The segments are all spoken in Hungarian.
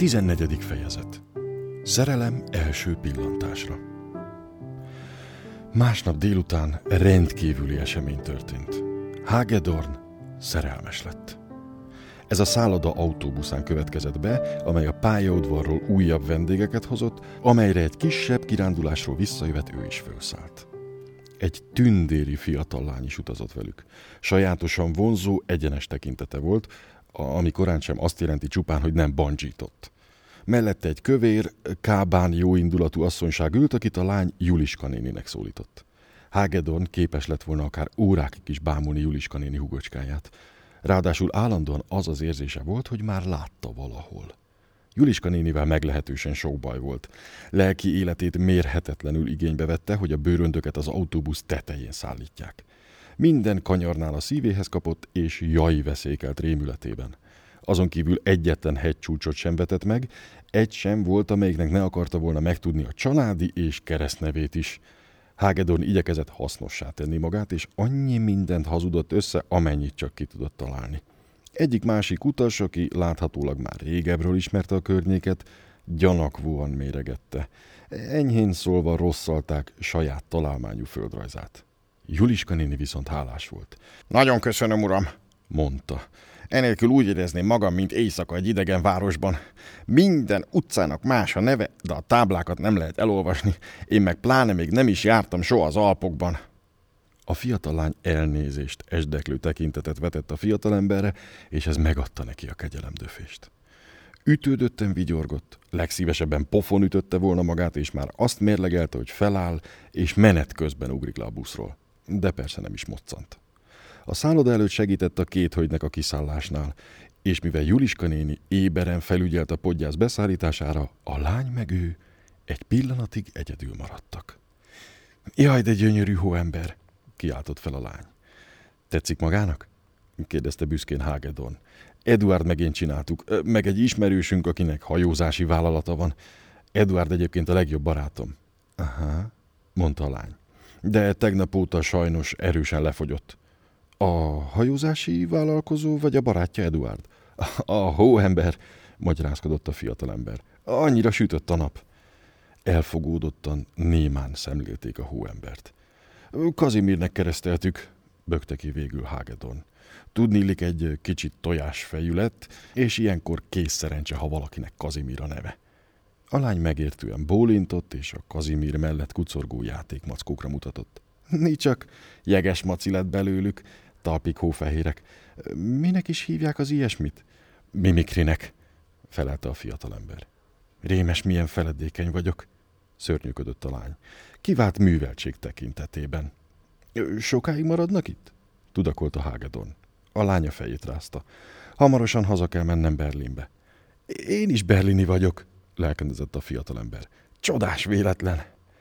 14. fejezet. Szerelem első pillantásra. Másnap délután rendkívüli esemény történt. Hagedorn szerelmes lett. Ez a szálloda autóbuszán következett be, amely a pályaudvarról újabb vendégeket hozott, amelyre egy kisebb kirándulásról visszajövet ő is fölszállt. Egy tündéri fiatal lány is utazott velük. Sajátosan vonzó, egyenes tekintete volt, ami korán sem azt jelenti csupán, hogy nem bandzsított. Mellette egy kövér, kábán jóindulatú asszonyság ült, akit a lány Juliska néninek szólított. Hagedorn képes lett volna akár órákig is bámulni Juliska néni hugocskáját. Ráadásul állandóan az az érzése volt, hogy már látta valahol. Juliska nénivel meglehetősen sok baj volt. Lelki életét mérhetetlenül igénybe vette, hogy a bőröndöket az autóbusz tetején szállítják. Minden kanyarnál a szívéhez kapott, és jaj veszékelt rémületében. Azon kívül egyetlen hegycsúcsot sem vetett meg, egy sem volt, amelyiknek ne akarta volna megtudni a családi és keresztnevét is. Hagedorn igyekezett hasznossá tenni magát, és annyi mindent hazudott össze, amennyit csak ki tudott találni. Egyik-másik utas, aki láthatólag már régebbről ismerte a környéket, gyanakvóan méregette. Enyhén szólva rosszalták saját találmányú földrajzát. Juliska néni viszont hálás volt. Nagyon köszönöm, uram, mondta. Enélkül úgy érezném magam, mint éjszaka egy idegen városban. Minden utcának más a neve, de a táblákat nem lehet elolvasni. Én meg pláne még nem is jártam soha az Alpokban. A fiatal lány elnézést, esdeklő tekintetet vetett a fiatalemberre, és ez megadta neki a kegyelemdöfést. Ütődötten vigyorgott, legszívesebben pofon ütötte volna magát, és már azt mérlegelte, hogy feláll, és menet közben ugrik le a buszról. De persze nem is moccant. A szálloda előtt segített a két hölgynek a kiszállásnál, és mivel Juliska néni éberen felügyelt a podgyász beszállítására, a lány meg ő egy pillanatig egyedül maradtak. Jaj, de gyönyörű hóember! Kiáltott fel a lány. Tetszik magának? Kérdezte büszkén Hagedorn. Eduard meg én csináltuk, meg egy ismerősünk, akinek hajózási vállalata van. Eduard egyébként a legjobb barátom. Aha, mondta a lány. De tegnap óta sajnos erősen lefogyott. A hajózási vállalkozó vagy a barátja Eduard? A hóember, magyarázkodott a fiatalember. Annyira sütött a nap. Elfogódottan, némán szemlélték a hóembert. Kazimirnek kereszteltük, bökte ki végül Hagedorn. Tudniillik egy kicsit tojásfejű lett, és ilyenkor kész szerencse, ha valakinek Kazimír a neve. A lány megértően bólintott, és a Kazimír mellett kucorgó játékmackókra mutatott. Nicsak jeges maci lett belőlük, talpik hófehérek. Minek is hívják az ilyesmit? Mimikrinek, felelte a fiatalember. Rémes, milyen feledékeny vagyok, szörnyűködött a lány. Kivált műveltség tekintetében. Sokáig maradnak itt? Tudakolta Hagedorn. A lánya fejét rázta. Hamarosan haza kell mennem Berlinbe. Én is berlini vagyok, lelkendezett a fiatalember. Csodás véletlen!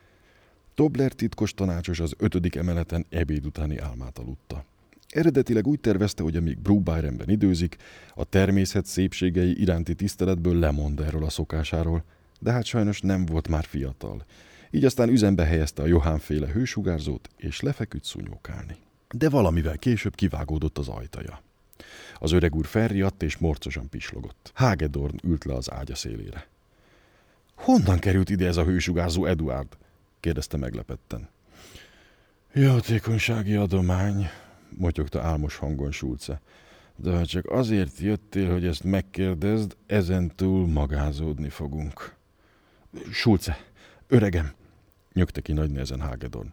Tobler titkos tanácsos az 5. emeleten ebéd utáni álmát aludta. Eredetileg úgy tervezte, hogy amíg Brugbayrenben időzik, a természet szépségei iránti tiszteletből lemond erről a szokásáról, de hát sajnos nem volt már fiatal. Így aztán üzembe helyezte a Johann-féle hősugárzót, és lefeküdt szúnyókálni. De valamivel később kivágódott az ajtaja. Az öreg úr felriadt és morcosan pislogott. Hagedorn ült le az ágya szélére. Honnan került ide ez a hősugárzó Eduard? Kérdezte meglepetten. Jótékonysági adomány, motyogta álmos hangon Schulze. De ha csak azért jöttél, hogy ezt megkérdezd, ezentúl magázódni fogunk. Schulze, öregem, nyögte ki nagy nehezen Hagedorn.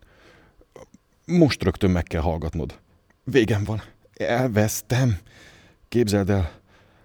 Most rögtön meg kell hallgatnod. Végem van. Elvesztem. Képzeld el,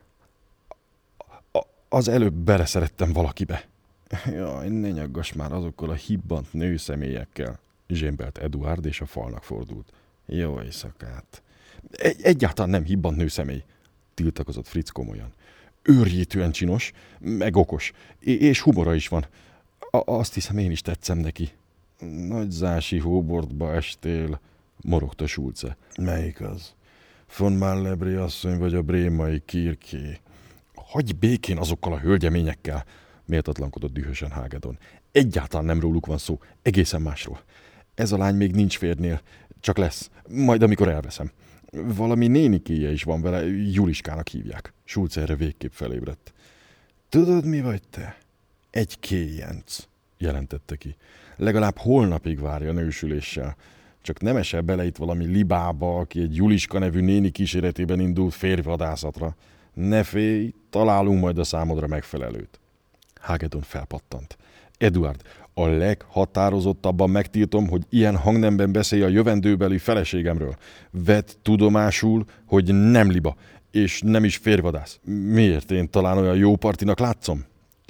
az előbb beleszerettem valakibe. Jaj, ne nyaggass már azokkal a hibbant nőszemélyekkel, zsémbelt Eduard, és a falnak fordult. Jó éjszakát. Egyáltalán nem hibbant nőszemély, tiltakozott Fritz komolyan. Őrjítően csinos, meg okos, és humora is van. Azt hiszem, én is tetszem neki. Nagy zási hóbortba estél, morogta Schulze. Melyik az? Von Mallebré asszony vagy a brémai Kirké? Hagyj békén azokkal a hölgyeményekkel, méltatlankodott dühösen Hagedorn. Egyáltalán nem róluk van szó, egészen másról. Ez a lány még nincs férjnél, csak lesz, majd amikor elveszem. Valami nénikéje is van vele, Juliskának hívják. Schulze erre végképp felébredt. Tudod, mi vagy te? Egy kéjenc, jelentette ki. Legalább holnapig várja nősüléssel. Csak nem esel bele itt valami libába, aki egy Juliska nevű néni kíséretében indult férjvadászatra. Ne félj, találunk majd a számodra megfelelőt. Hagedorn felpattant. Eduard, a leghatározottabban megtiltom, hogy ilyen hangnemben beszélj a jövendőbeli feleségemről. Vedd tudomásul, hogy nem liba, és nem is férjvadász. Miért, én talán olyan jó partinak látszom?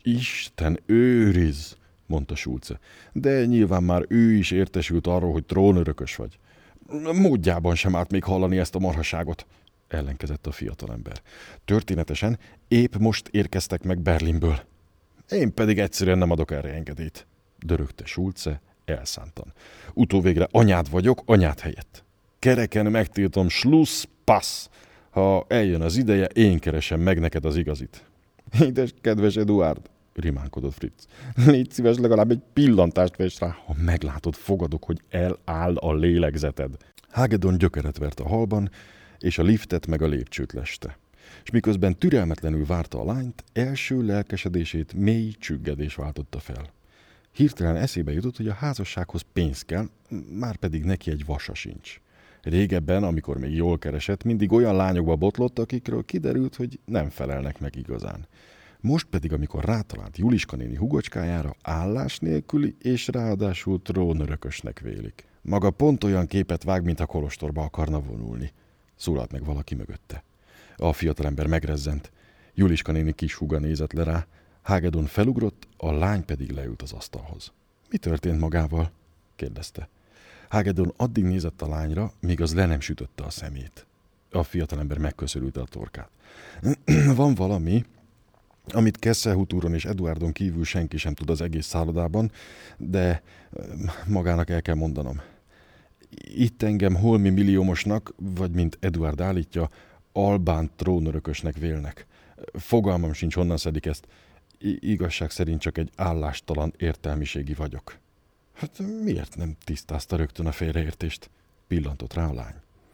Isten őriz, mondta Schulze. De nyilván már ő is értesült arról, hogy trónörökös vagy. Módjában sem állt még hallani ezt a marhaságot, ellenkezett a fiatalember. Történetesen épp most érkeztek meg Berlinből. Én pedig egyszerűen nem adok erre engedélyt, dörögte Schulze elszántan. Utóvégre anyád vagyok, anyád helyett. Kereken megtiltom, Schluss, passz. Ha eljön az ideje, én keresem meg neked az igazit. Édes, kedves Eduard, rimánkodott Fritz. Légy szíves, legalább egy pillantást vess rá. Ha meglátod, fogadok, hogy eláll a lélegzeted. Hagedorn gyökeret vert a halban, és a liftet meg a lépcsőt leste. És miközben türelmetlenül várta a lányt, első lelkesedését mély csüggedés váltotta fel. Hirtelen eszébe jutott, hogy a házassághoz pénz kell, már pedig neki egy vasa sincs. Régebben, amikor még jól keresett, mindig olyan lányokba botlott, akikről kiderült, hogy nem felelnek meg igazán. Most pedig, amikor rátalált Juliska néni hugocskájára, állás nélküli és ráadásul trónörökösnek vélik. Maga pont olyan képet vág, mint a kolostorba akarna vonulni. Szólalt meg valaki mögötte. A fiatalember megrezzent. Juliska néni kis húga nézett le rá, Hagedorn felugrott, a lány pedig leült az asztalhoz. Mi történt magával? kérdezte. Hagedorn addig nézett a lányra, míg az le nem sütötte a szemét. A fiatalember megköszörülte a torkát. Van valami, amit Kesselhut úron és Eduardon kívül senki sem tud az egész szállodában, de magának el kell mondanom. Itt engem holmi milliómosnak, vagy mint Eduard állítja, albán trónörökösnek vélnek. Fogalmam sincs, honnan szedik ezt. Igazság szerint csak egy állástalan értelmiségi vagyok. Hát miért nem tisztázta rögtön a félreértést? Pillantott rá a lány.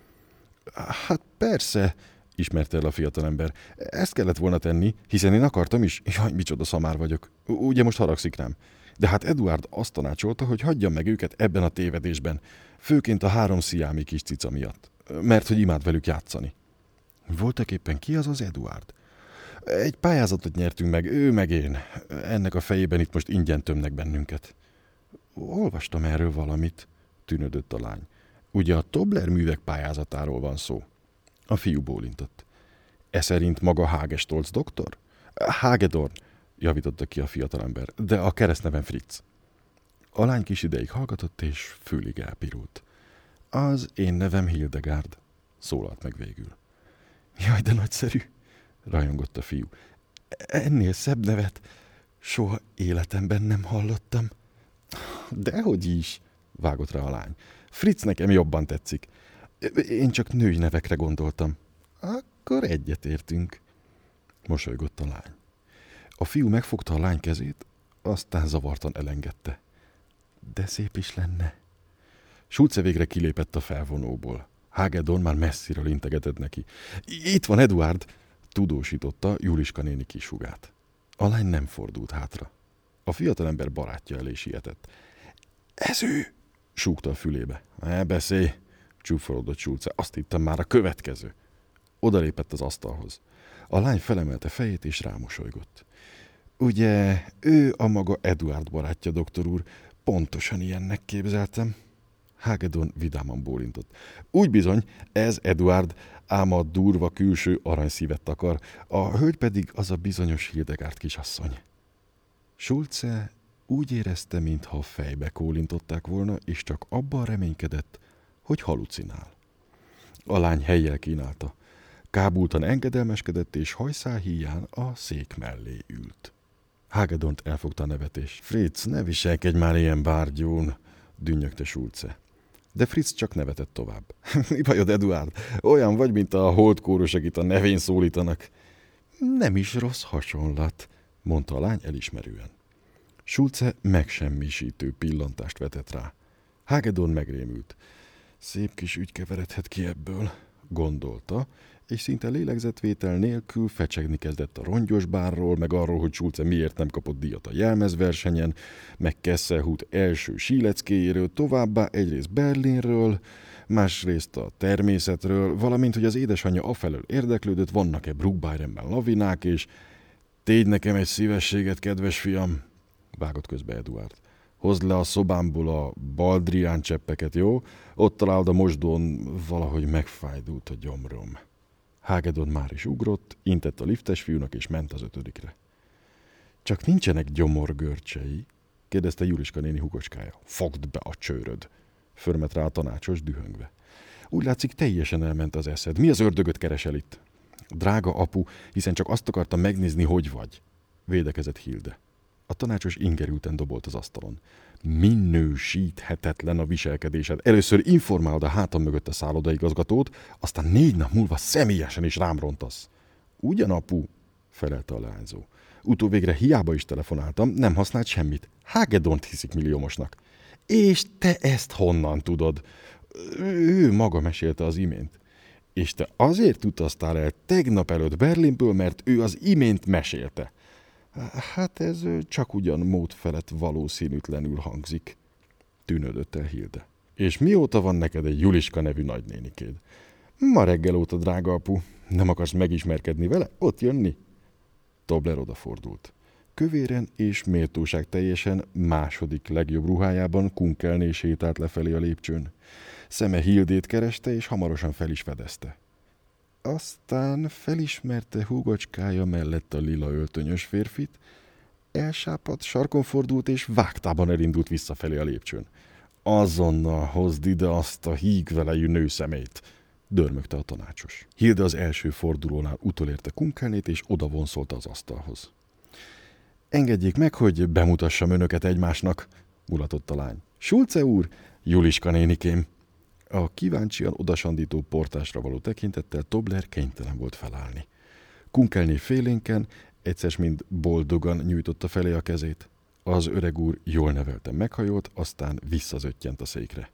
Hát persze, ismerte el a fiatalember. Ezt kellett volna tenni, hiszen én akartam is. Jaj, micsoda szamár vagyok. Ugye most haragszik rám. De hát Eduard azt tanácsolta, hogy hagyjam meg őket ebben a tévedésben. Főként a 3 sziámi kis cica miatt. Mert hogy imád velük játszani. Voltak éppen ki az Eduard? Egy pályázatot nyertünk meg, ő meg én. Ennek a fejében itt most ingyen tömnek bennünket. Olvastam erről valamit, tűnödött a lány. Ugye a Tobler művek pályázatáról van szó? A fiú bólintott. E szerint maga Hagestolz doktor? Hagedorn, javította ki a fiatalember, de a keresztnevem Fritz. A lány kis ideig hallgatott, és fülig elpirult. Az én nevem Hildegard, szólalt meg végül. Jaj, de nagyszerű, rajongott a fiú. Ennél szebb nevet soha életemben nem hallottam. Dehogy is, vágott rá a lány. Fritz nekem jobban tetszik. Én csak női nevekre gondoltam. Akkor egyetértünk, mosolygott a lány. A fiú megfogta a lány kezét, aztán zavartan elengedte. De szép is lenne. Schulze végre kilépett a felvonóból. Hagedorn már messziről integetett neki. Itt van Eduard, tudósította Juliska néni kishugát. A lány nem fordult hátra. A fiatalember barátja elé sietett. Ez ő! Súgta a fülébe. Ne beszélj! Csúfolódott Schulze. Azt hittem már a következő. Odalépett az asztalhoz. A lány felemelte fejét és rámosolygott. Ugye, ő a maga Eduard barátja, doktor úr. Pontosan ilyennek képzeltem. Hagedorn vidáman bólintott. Úgy bizony, ez Eduard, ám a durva külső aranyszívet akar, a hölgy pedig az a bizonyos Hildegard kisasszony. Schulze úgy érezte, mintha a fejbe kólintották volna, és csak abban reménykedett, hogy halucinál. A lány hellyel kínálta. Kábultan engedelmeskedett, és hajszál híján a szék mellé ült. Hagedornt elfogta a nevetés. Fritz, ne viselkedj már ilyen bárgyún, dünnyögte Schulze. De Fritz csak nevetett tovább. Mi bajod, Eduard? Olyan vagy, mint a holdkórus, akit a nevén szólítanak. Nem is rossz hasonlat, mondta a lány elismerően. Schulze megsemmisítő pillantást vetett rá. Hagedorn megrémült. Szép kis ügy keveredhet ki ebből, gondolta, és szinte lélegzetvétel nélkül fecsegni kezdett a rongyos bárról, meg arról, hogy Schulze miért nem kapott díjat a jelmezversenyen, meg Kesselhut első síleckéjéről, továbbá egyrészt Berlinről, másrészt a természetről, valamint, hogy az édesanyja afelől érdeklődött, vannak-e Brookbyronben lavinák, és tégy nekem egy szívességet, kedves fiam, vágott közbe Eduard. Hozd le a szobámból a baldrián cseppeket, jó? Ott találod a mosdón, valahogy megfájdult a gyomrom. Hagedorn már is ugrott, intett a liftes fiúnak, és ment az 5. Csak nincsenek gyomorgörcsei? Kérdezte Juliska néni hugocskája. Fogd be a csőröd! Förmet rá a tanácsos dühöngve. Úgy látszik, teljesen elment az eszed. Mi az ördögöt keresel itt? Drága apu, hiszen csak azt akartam megnézni, hogy vagy. Védekezett Hilde. A tanácsos ingerülten dobolt az asztalon. Minősíthetetlen a viselkedésed. Először informálod a hátam mögött a szállodaigazgatót, aztán 4 nap múlva személyesen is rám rontasz. Ugyan, apu, felelte a leányzó. Utóvégre hiába is telefonáltam, nem használt semmit. Hagedornt hiszik milliómosnak. És te ezt honnan tudod? Ő maga mesélte az imént. És te azért utaztál el tegnap előtt Berlinből, mert ő az imént mesélte. Hát ez csak ugyan mód felett valószínűtlenül hangzik, tűnődött el Hilde. És mióta van neked egy Juliska nevű nagynénikéd? Ma reggel óta, drága apu. Nem akarsz megismerkedni vele? Ott jönni? Tobler odafordult. Kövéren és méltóság teljesen második legjobb ruhájában kunkelné sétált lefelé a lépcsőn. Szeme Hildét kereste, és hamarosan fel is fedezte. Aztán felismerte húgocskája mellett a lila öltönyös férfit, elsápadt, sarkon fordult, és vágtában elindult visszafelé a lépcsőn. Azonnal hozd ide azt a hígvelejű nőszemét, dörmögte a tanácsos. Hilde az első fordulónál utolérte kunkelnét, és odavonszolta az asztalhoz. Engedjék meg, hogy bemutassam önöket egymásnak, mulatott a lány. Schulze úr, Juliska nénikém. A kíváncsian odasandító portásra való tekintettel Tobler kénytelen volt felállni. Kunkelné félénken, egyszer mind boldogan nyújtotta felé a kezét. Az öreg úr jól nevelten meghajolt, aztán visszazöttyent a székre.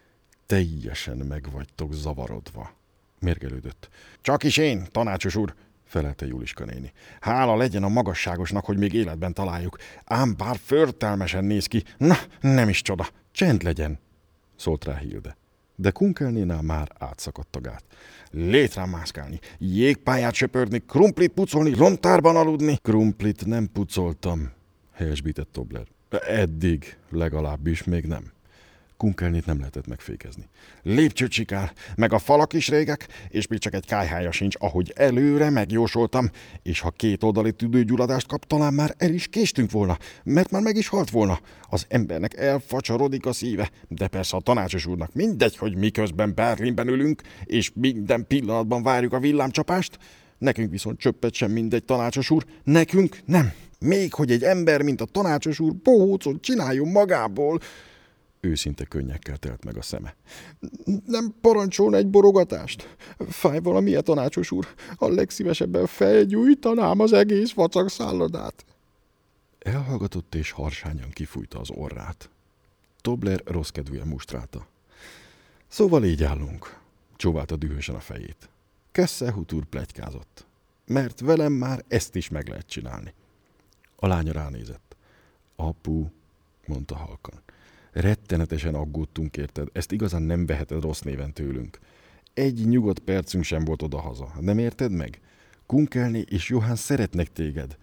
Teljesen meg vagytok zavarodva, mérgelődött. Csak is én, tanácsos úr, felelte Juliska néni. Hála legyen a magasságosnak, hogy még életben találjuk. Ám bár förtelmesen néz ki. Na, nem is csoda. Csend legyen, szólt rá Hilde. De Kunkelnénál már átszakadt a gát. Létrán mászkálni, jégpályát söpörni, krumplit pucolni, rontárban aludni. Krumplit nem pucoltam, helyesbített Tobler. Eddig legalábbis még nem. Kunkelnét nem lehetett megfékezni. Lépcsőt sikál, meg a falak is régek, és még csak egy kályhája sincs, ahogy előre megjósoltam, és ha 2 oldali tüdőgyulladást kap, talán már el is késtünk volna, mert már meg is halt volna. Az embernek elfacsarodik a szíve, de persze a tanácsos úrnak mindegy, hogy miközben Berlinben ülünk, és minden pillanatban várjuk a villámcsapást. Nekünk viszont csöppet sem mindegy, tanácsos úr, nekünk nem. Még hogy egy ember, mint a tanácsos úr, bohócot csináljon magából. Őszinte könnyekkel telt meg a szeme. Nem parancsolna egy borogatást? Fáj valami a tanácsos úr? A legszívesebben felgyújtanám az egész vacak szállodát. Elhallgatott és harsányan kifújta az orrát. Tobler rossz kedvűen mustrálta. Szóval így állunk, csóválta dühösen a fejét. Kesselhut úr pletykázott. Mert velem már ezt is meg lehet csinálni. A lánya ránézett. Apu, mondta halkan. Rettenetesen aggódtunk, érted? Ezt igazán nem veheted rossz néven tőlünk. Egy nyugodt percünk sem volt odahaza. Nem érted meg? Kunkelné és Johann szeretnek téged.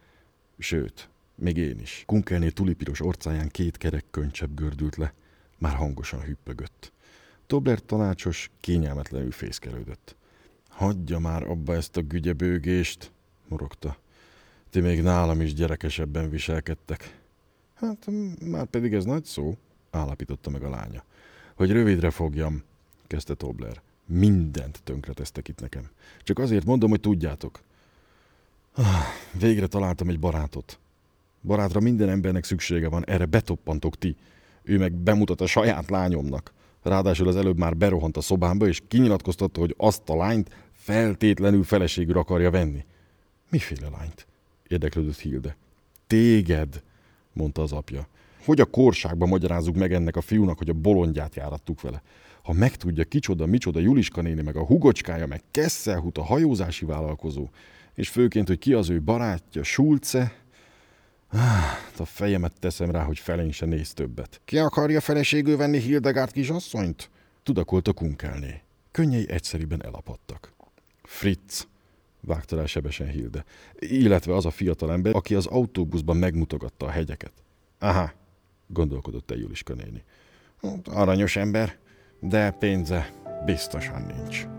Sőt, még én is. Kunkelné tulipiros orcáján 2 kerek könycsepp gördült le. Már hangosan hüppögött. Tobler tanácsos kényelmetlenül fészkelődött. Hagyja már abba ezt a gügyebőgést, morogta. Ti még nálam is gyerekesebben viselkedtek. Hát, már pedig ez nagy szó, állapította meg a lánya. Hogy rövidre fogjam, kezdte Tobler. Mindent tönkretesztek itt nekem. Csak azért mondom, hogy tudjátok. Végre találtam egy barátot. Barátra minden embernek szüksége van, erre betoppantok ti. Ő meg bemutat a saját lányomnak. Ráadásul az előbb már berohant a szobámba, és kinyilatkoztatta, hogy azt a lányt feltétlenül feleségül akarja venni. Miféle lányt? Érdeklődött Hilde. Téged, mondta az apja. Hogy a korságban magyarázzuk meg ennek a fiúnak, hogy a bolondját járattuk vele? Ha megtudja micsoda Juliska néni, meg a hugocskája, meg Kesselhut, a hajózási vállalkozó, és főként, hogy ki az ő barátja, Schulze, a fejemet teszem rá, hogy felén se néz többet. Ki akarja feleségül venni Hildegard kisasszonyt? Tudakolt a kunkelné. Könnyei egyszerűen elapadtak. Fritz, vágta rá sebesen Hilde, illetve az a fiatalember, aki az autóbuszban megmutogatta a hegyeket. Aha, gondolkodott el Juliska néni. aranyos ember, de pénze biztosan nincs.